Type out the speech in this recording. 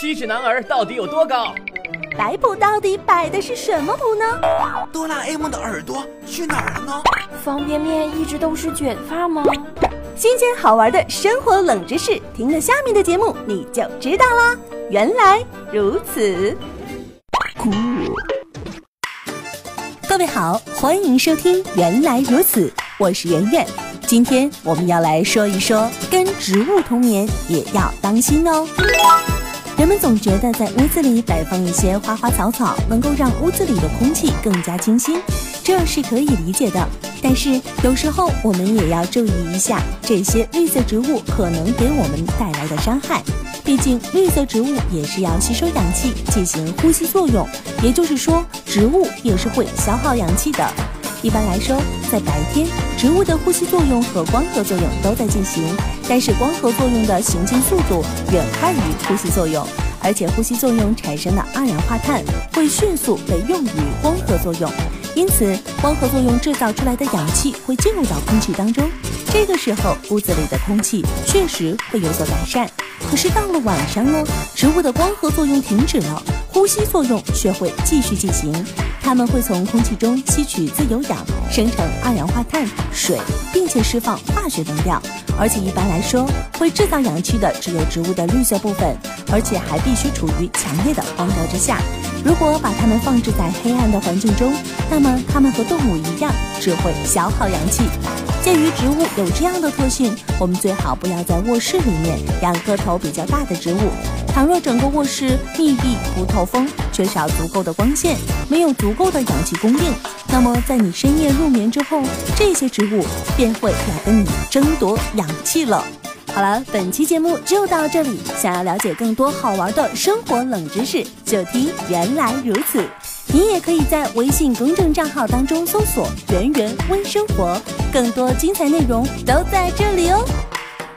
七尺男儿到底有多高？ 摆谱到底摆的是什么谱呢？ 哆啦 A 梦的耳朵去哪儿了呢？ 方便面一直都是卷发吗？ 新鲜好玩的生活冷知识，听了下面的节目你就知道啦。原来如此。各位好，欢迎收听原来如此，我是圆圆。今天我们要来说一说，跟植物同眠也要当心哦。人们总觉得在屋子里摆放一些花花草草，能够让屋子里的空气更加清新，这是可以理解的。但是有时候我们也要注意一下，这些绿色植物可能给我们带来的伤害。毕竟绿色植物也是要吸收氧气，进行呼吸作用，也就是说，植物也是会消耗氧气的。一般来说，在白天，植物的呼吸作用和光合作用都在进行，但是光合作用的行进速度远快于呼吸作用，而且呼吸作用产生的二氧化碳会迅速被用于光合作用，因此光合作用制造出来的氧气会进入到空气当中。这个时候，屋子里的空气确实会有所改善。可是到了晚上呢，植物的光合作用停止了，呼吸作用却会继续进行。它们会从空气中吸取自由氧，生成二氧化碳、水，并且释放化学能量。而且一般来说，会制造氧气的只有植物的绿色部分，而且还必须处于强烈的光照之下。如果把它们放置在黑暗的环境中，那么它们和动物一样，只会消耗氧气。鉴于植物有这样的特性，我们最好不要在卧室里面养个头比较大的植物。倘若整个卧室密闭不透风，缺少足够的光线，没有足够的氧气供应，那么在你深夜入眠之后，这些植物便会要跟你争夺氧气了。好了，本期节目就到这里。想要了解更多好玩的生活冷知识，就听原来如此。你也可以在微信公众账号当中搜索圆圆微生活，更多精彩内容都在这里哦。